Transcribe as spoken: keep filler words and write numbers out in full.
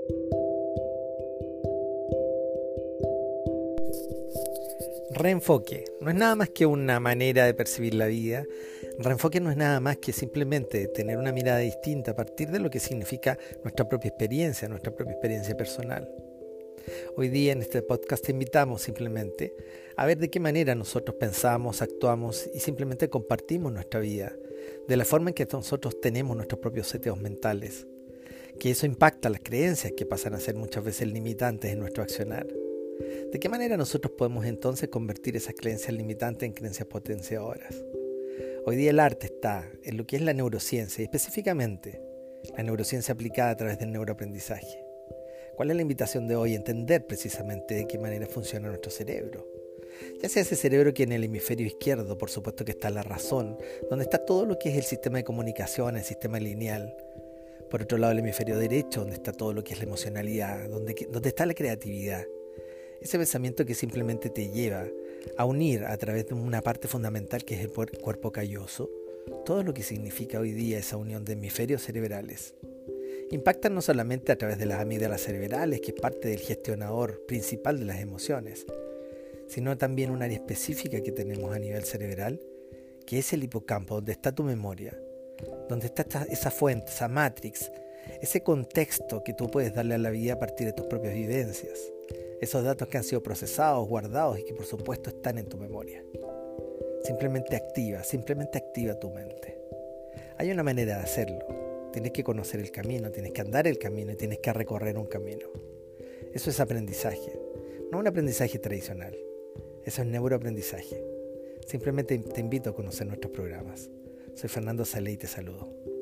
Reenfoque no es nada más que una manera de percibir la vida. Reenfoque no es nada más que simplemente tener una mirada distinta a partir de lo que significa nuestra propia experiencia, nuestra propia experiencia personal. Hoy día en este podcast te invitamos simplemente a ver de qué manera nosotros pensamos, actuamos y simplemente compartimos nuestra vida, de la forma en que nosotros tenemos nuestros propios seteos mentales, que eso impacta las creencias que pasan a ser muchas veces limitantes en nuestro accionar. ¿De qué manera nosotros podemos entonces convertir esas creencias limitantes en creencias potenciadoras? Hoy día el arte está en lo que es la neurociencia y específicamente la neurociencia aplicada a través del neuroaprendizaje. ¿Cuál es la invitación de hoy? Entender precisamente de qué manera funciona nuestro cerebro. Ya sea ese cerebro que en el hemisferio izquierdo, por supuesto que está la razón, donde está todo lo que es el sistema de comunicación, el sistema lineal. Por otro lado el hemisferio derecho, donde está todo lo que es la emocionalidad, donde, donde está la creatividad. Ese pensamiento que simplemente te lleva a unir a través de una parte fundamental que es el cuerpo calloso, todo lo que significa hoy día esa unión de hemisferios cerebrales. Impactan no solamente a través de las amígdalas cerebrales, que es parte del gestionador principal de las emociones, sino también un área específica que tenemos a nivel cerebral, que es el hipocampo, donde está tu memoria, donde está esta, esa fuente, esa matrix, ese contexto que tú puedes darle a la vida a partir de tus propias vivencias. Esos datos que han sido procesados, guardados y que por supuesto están en tu memoria. Simplemente activa, simplemente activa tu mente. Hay una manera de hacerlo. Tienes que conocer el camino, tienes que andar el camino y tienes que recorrer un camino. Eso es aprendizaje, no un aprendizaje tradicional. Eso es neuroaprendizaje. Simplemente te invito a conocer nuestros programas. Soy Fernando Salé y te saludo.